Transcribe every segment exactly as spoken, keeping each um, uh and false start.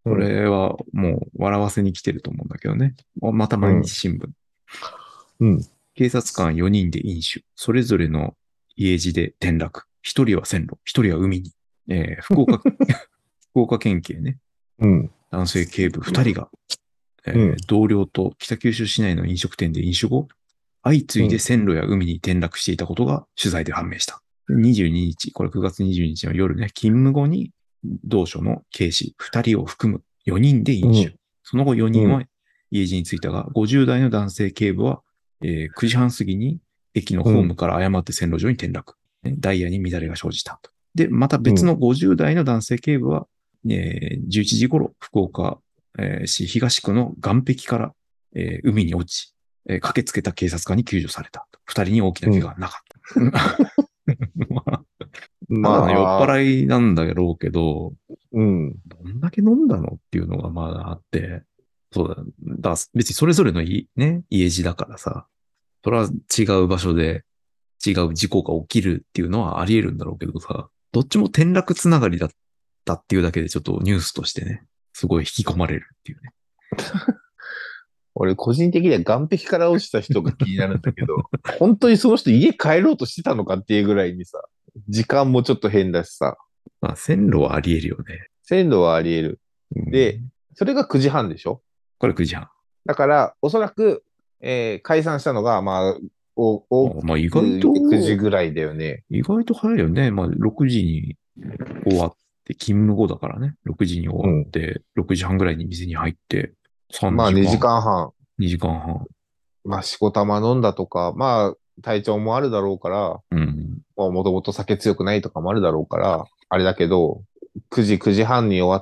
これはもう笑わせに来てると思うんだけどね。また毎日新聞。 うん。 警察官よにんで飲酒。それぞれの家路で転落。一人は線路、一人は海に。えー、福岡、福岡県警ね。 うん。 男性警部ふたりが、 うん。 えー同僚と北九州市内の飲食店で飲酒後、相次いでうん。 線路や海に転落していたことが取材で判明した。にじゅうににち、これくがつにじゅうににちの夜ね、勤務後に同署の警視ふたりを含むよにんで飲酒。 うん。 その後4 うん。 人は家路に着いたが、ごじゅう代の男性警部は、えーくじはん過ぎに駅のホームから誤って線路上に転落。ダイヤに乱れが生じた。で、また別のごじゅう代の男性警部は、えーじゅういちじ頃、福岡、えー市東区の岸壁から、えー海に落ち、えー駆けつけた警察官に救助された。二人に大きな怪我はなかった。まあ、ただの酔っまあ、 払いなんだろうけど、 うん。 どんだけ飲んだのっていうのがまだあって、そうだ、だ別にそれぞれのいね、家路だからさ、それは違う場所で違う事故が起きるっていうのはあり得るんだろうけどさ、どっちも転落つながりだったっていうだけでちょっとニュースとしてね、すごい引き込まれるっていうね。 俺、個人的には岸壁から落ちた人が気になるんだけど、本当にその人家帰ろうとしてたのかっていうぐらいにさ、時間もちょっと変だしさ、 まあ線路はあり得るよね。 線路はあり得る。 うで、 ん、 それがくじはんでしょ？ これくじはん。 だから、おそらく、えー解散したのが、まあ、お、多まあ意外と、 く見てくじぐらいだよね。 意外と早いよね。まあろくじに終わって、勤務後だからね。ろくじに終うん。 わって、ろくじはんぐらいに店に入って、3 まあ、2 時間、 時間半。 にじかんはん。 まあ、しこたま飲んだとか、まあ、体調もあるだろうから、 うん。 まあ、もともと酒強くないとかもあるだろうから、あれだけど、くじ、くじはんに終わって、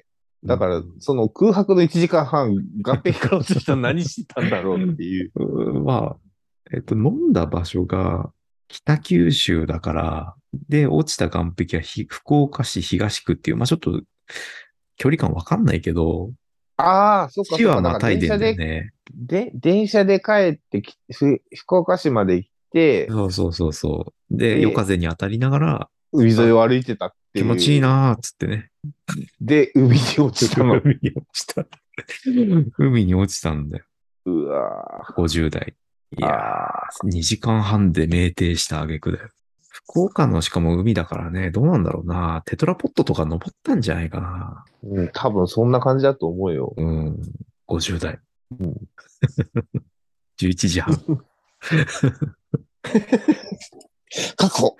だから、その空白のいちじかんはん、岸壁から落ちた人は何してたんだろうっていう。 うまあ、えっと、飲んだ場所が北九州だから、で、落ちた岸壁はひ福岡市東区っていう、まあちょっと距離感わかんないけど、 ああ、そっか市はそっか。だからまたいでん電車で、 だよね。 で、電車で帰ってき、ふ福岡市まで行って、 そうそうそうそう。で、夜で、 風に当たりながら、あ、 海沿いを歩いてたって気持ちいいいう。 なーっつってね。 で、海に落ちたの。 海に落ちた。海に落ちたんだよ。 うわごじゅう代。いーやあー、にじかんはんで酩酊した挙句だよ。福岡のしかも海だからね、どうなんだろうな。テトラポットとか登ったんじゃないかな。 ー、うん、多分そんな感じだと思うよ。 うん。ごじゅう代。 うん、 じゅういちじはん。 確保。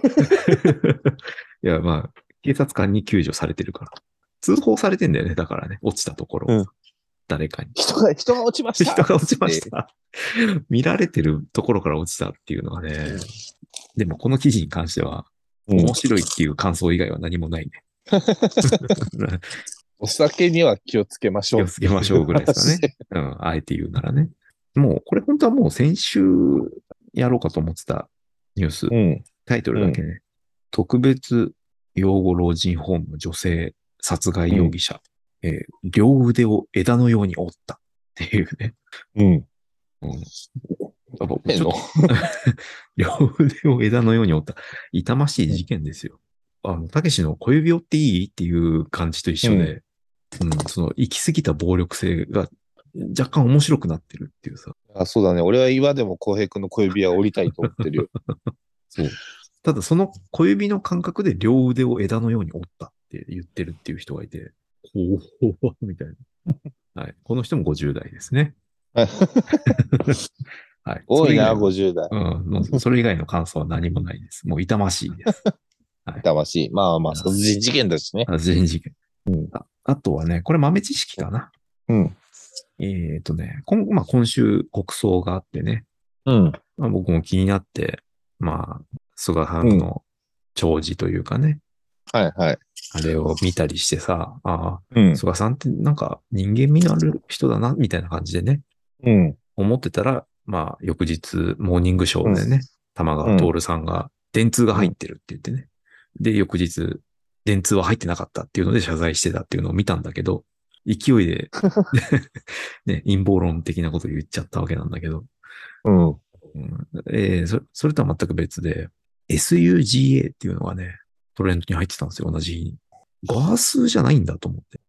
いや、まあ、警察官に救助されてるから。通報されてんだよね。だからね、落ちたところ。 うん。 誰かに。 人が、人が落ちましたっ人が落ちつって。 ました。見られてるところから落ちたっていうのがね。 うん。 でもこの記事に関しては、 うん。 面白いっていう感想以外は何もないね。 お酒には気をつけましょう気をつっていうけましょうぐらいですかね。 話で。 うん、あえて言うならね。もう、これ本当はもう先週やろうかと思ってたニュース。 うん。 タイトルうん。 だけね。特別養護老人ホーム女性殺害うん。 容疑者。えー両腕を枝のように折ったっていうね。 うん。 うん、やっぱえの。 ちょっと両腕を枝のように折った。痛ましい事件ですよ。あの、たけしの小指折っていいっていう感じと一うん。 緒で、うん、その行き過ぎた暴力性が若干面白くなってるっていうさ。 あ、そうだね。俺は岩でも浩平君の小指輪を折りたいと思ってるよ。 そう。ただその小指の感覚で両腕を枝のように折ったって言ってるっていう人がいて、ほうほうみたいな。はい。この人もごじゅう代ですね。はい。そ多いな、 れ以外は、 ごじゅう代。 うん、もうそれ以外の感想は何もないです。もう痛ましいです。はい。 魂。まあまあ、殺人事件だしね。 殺人事件。 うん。 あ、あとはね、これ豆知識かな。 うん。 えっとね、今、まあ、今週国葬があってね、 うん。 まあ、僕も気になって、まあ、菅さうん。 んの弔辞というかね、 はいはい。 あれを見たりしてさ、ああ、 うん。 菅さんってなんか人間味のある人だな、みたいな感じでね、 うん。 思ってたら、まあ、翌日、モーニングショうん。 ーでね、玉うん。 川徹さんが、電通がうん。 入ってるって言ってね。で、翌日、電通は入ってなかったっていうので謝罪してたっていうのを見たんだけど、勢いでね、陰謀論的なことを言っちゃったわけなんだけど、 うん。 うん、えーそ、それとは全く別で、エスユージーエー っていうのがね、トレンドに入ってたんですよ、同じ日に。ガースじゃないんだと思って。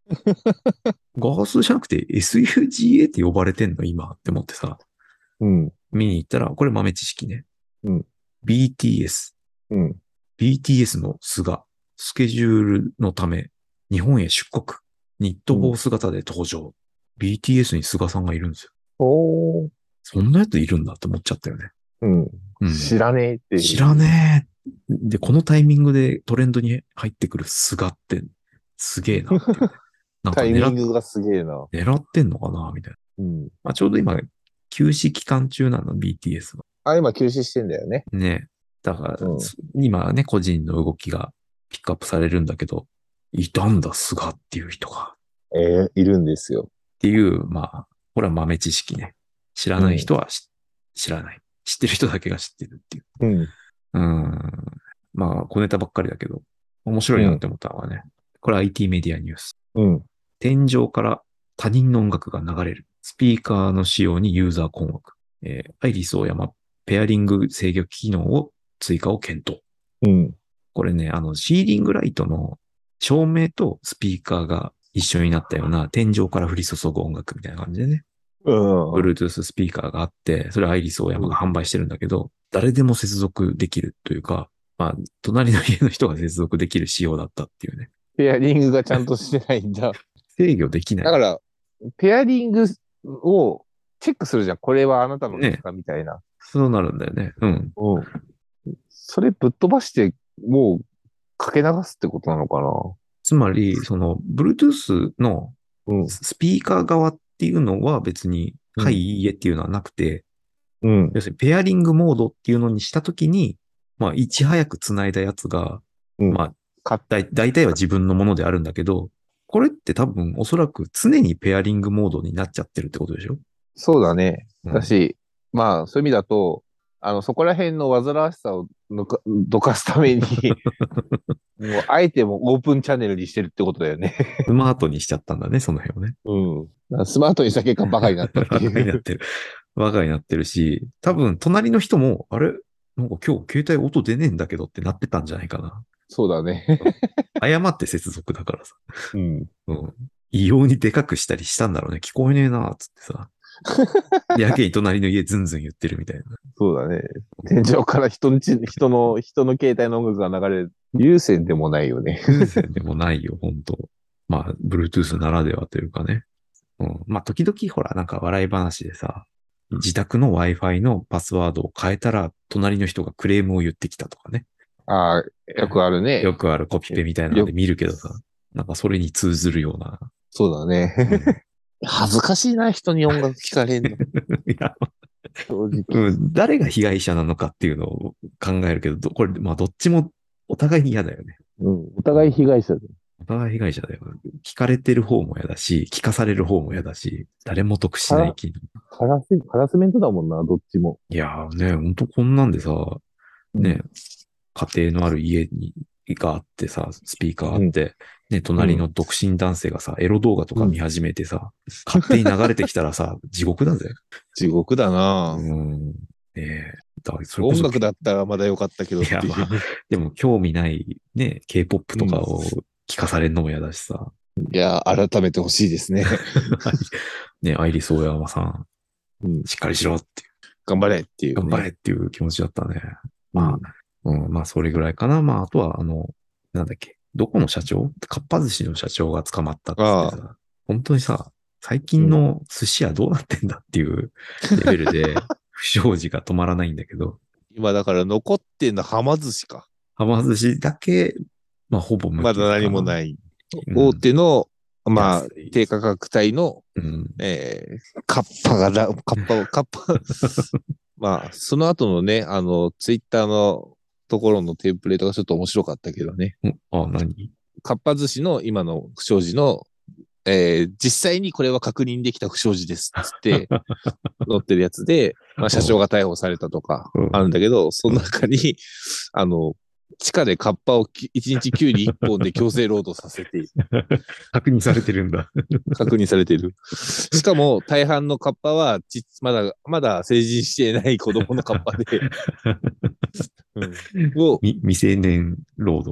ガースじゃなくて エスユージーエー って呼ばれてんの今って思ってさ、 うん。 見に行ったら、これ豆知識ね。 うん。 ビーティーエス。 うん。 ビーティーエス の菅、スケジュールのため、日本へ出国。ニット帽姿で登場。ビーティーエス に菅さんがいるんですよ。 おー。 そんなやついるんだって思っちゃったよね。 うん。 うん。 知らねえっていう。 知らねえ。で、このタイミングでトレンドに入ってくる菅ってすげえなっていうね。なんかタイミ狙っングがすげえな。 狙ってんのかなみたいな。 うん。 まあ、ちょうど今、休止期間中なの、ビーティーエス の。 あ、今休止してんだよね。 ね。だから、 うん。 今ね、個人の動きがピックアップされるんだけど、いたんだ、菅っていう人が。 えー、いるんですよ。 っていう、まあ、これは豆知識ね。知らない人は知らない。知ってる人だけが知ってるっていう。 うん。 うん。まあ、小ネタばっかりだけど、面白いなって思ったのはね、これ アイティー メディアニュース。 うん。 天井から他人の音楽が流れる。スピーカーの使用にユーザー困惑。えー、アイリスオーヤマ、ペアリング制御機能を追加を検討。 うん。 これね、あの、シーリングライトの照明とスピーカーが一緒になったような天井から降り注ぐ音楽みたいな感じでね。 うん。 Bluetooth スピーカーがあって、それはアイリスオーヤマが販売してるんだけど、誰でも接続できるというか、まあ、隣の家の人が接続できる仕様だったっていうね。 ペアリングがちゃんとしてないんだ。 制御できない。 だから、ペアリングをチェックするじゃん。これはあなたのですね。 かみたいな。 そうなるんだよね。うん。 うん。それぶっ飛ばして、もうかけ流すってことなのかな。 つまり、その、Bluetooth のうん。 スピーカー側っていうのは別に、はい、 うん。 いいえっていうのはなくて、 うん。 要するにペアリングモードっていうのにしたときに、まあ、いち早く繋いだやつが、 うん。 まあ、 か、 だい、大体は自分のものであるんだけど、これって多分おそらく常にペアリングモードになっちゃってるってことでしょ？ そうだね。 うん。 だし、まあ、そういう意味だと、あの、そこら辺の煩わしさを抜か、どかすために、もう、あえてもオープンチャンネルにしてるってことだよね。 スマートにしちゃったんだね、その辺をね。 うん。だからスマートにした結果バカになったってバカいう。 になってる。バカになってるし、多分隣の人も、あれなんか今日携帯音出ねえんだけどってなってたんじゃないかな。 そうだね。 誤って接続だからさ。 うん。 うん。異様にでかくしたりしたんだろうね。聞こえねえなーつってさ。やけに隣の家ズンズン言ってるみたいな。 そうだね。天井から人のち、人の、人の携帯の音楽が流れる。有線でもないよね。 有線でもないよ、本当まあ、Bluetooth ならではというかね。うん。まあ、時々ほら、なんか笑い話でさ、自宅の Wi-Fi のパスワードを変えたら、隣の人がクレームを言ってきたとかね。 ああ、よくあるね。 よくあるコピペみたいなのでよ、 見るけどさ、なんかそれに通ずるような。 そうだね。 うん、 恥ずかしいな、人に音楽聴かれんの。 いや、 正直。 うん、誰が被害者なのかっていうのを考えるけど、どこれ、まあどっちもお互いに嫌だよね。 うん。お互い被害者で。 お互い被害者だよ。聞かれてる方も嫌だし、聞かされる方も嫌だし、誰も得しハラ、 ない気に。 ハラス、ハラスメントだもんな、どっちも。 いやーね、ほんとこんなんでさ、 うん。 ね、家庭のある家に、があってさ、スピーカーあうん。 って、ね、隣の独身男性がさ、エロ動画とうん。 か見始めてさ、勝手に流れてきたらさ、地獄だぜ。 地獄だな。 うん。ねえ。だからそれこそ、 音楽だったらまだよかったけどっいや、まあ、 ていう。 でも興味ないね、K-ポップうん。 とかを聞かされるのも嫌だしさ。 いや、改めてほしいですね。 ね、アイリスオーヤマさん、 うん。 しっかりしろっていう、 頑張れっていう頑張れね。 っていう気持ちだったね。まあ、 うん。 うん、まあ、それぐらいかな。まあ、あとは、あの、なんだっけ、どこの社長かっぱ寿司の社長が捕まったっつってああ。 さ、本当にさ、最うん。 近の寿司屋どうなってんだっていうレベルで不祥事が止まらないんだけど、 今だから残ってんのはま寿司か。 はま寿司だけ、まあ、ほぼ無まだ何傷かな。 もない。大うん。 手の、まあ、 安い。 低価格帯の、 うん。 えー、カッパがラ、カッパを、カッパ、まあ、その後のね、あの、ツイッターのところのテンプレートがちょっと面白かったけどね。 んあ、何？ かっぱ寿司の今の不祥事の、えー、実際にこれは確認できた不祥事ですっつって載ってるやつで、まあ、社長が逮捕されたとかうん。 あるんだけど、そのうん。 中に、あの、地下でカッパをいちにちきゅうにいっぽんで強制労働させて確認されてるんだ。 確認されている。しかも大半のカッパはち、まだ、まだ成人していない子供のカッパで、うん、を、 み未成年労働。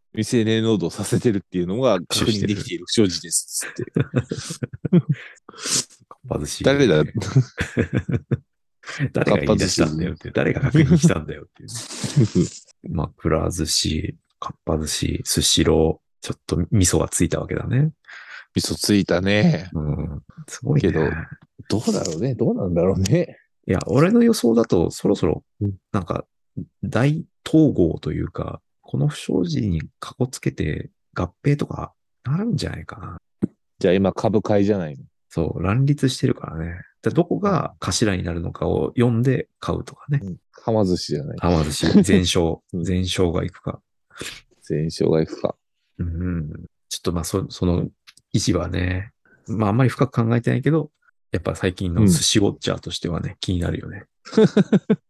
未成年労働させてるっていうのが確認できている不祥事ですっつって。 かっぱ寿司。 誰だ誰が言い出したんだよって。誰が確認したんだよっていう。まあ、くら寿司、かっぱ寿司、スシロー、ちょっと味噌がついたわけだね。 味噌ついたね。 うん。すごいね。 けど、どうだろうね。どうなんだろうね。 いや、俺の予想だと、そろそろ、なんか、大統合というか、この不祥事にかこつけて合併とかなるんじゃないかな。 じゃあ今株買いじゃないの？ そう、乱立してるからね。でどこが頭になるのかを読んで買うとかね。 うん。はま寿司じゃない。 はま寿司、全勝、全勝がいくか。 全勝がいくか。 うん。ちょっとまあ、そ、その意思はね、まああんまり深く考えてないけど、やっぱ最近の寿司ウォッチャーとしてはね、気になるよね。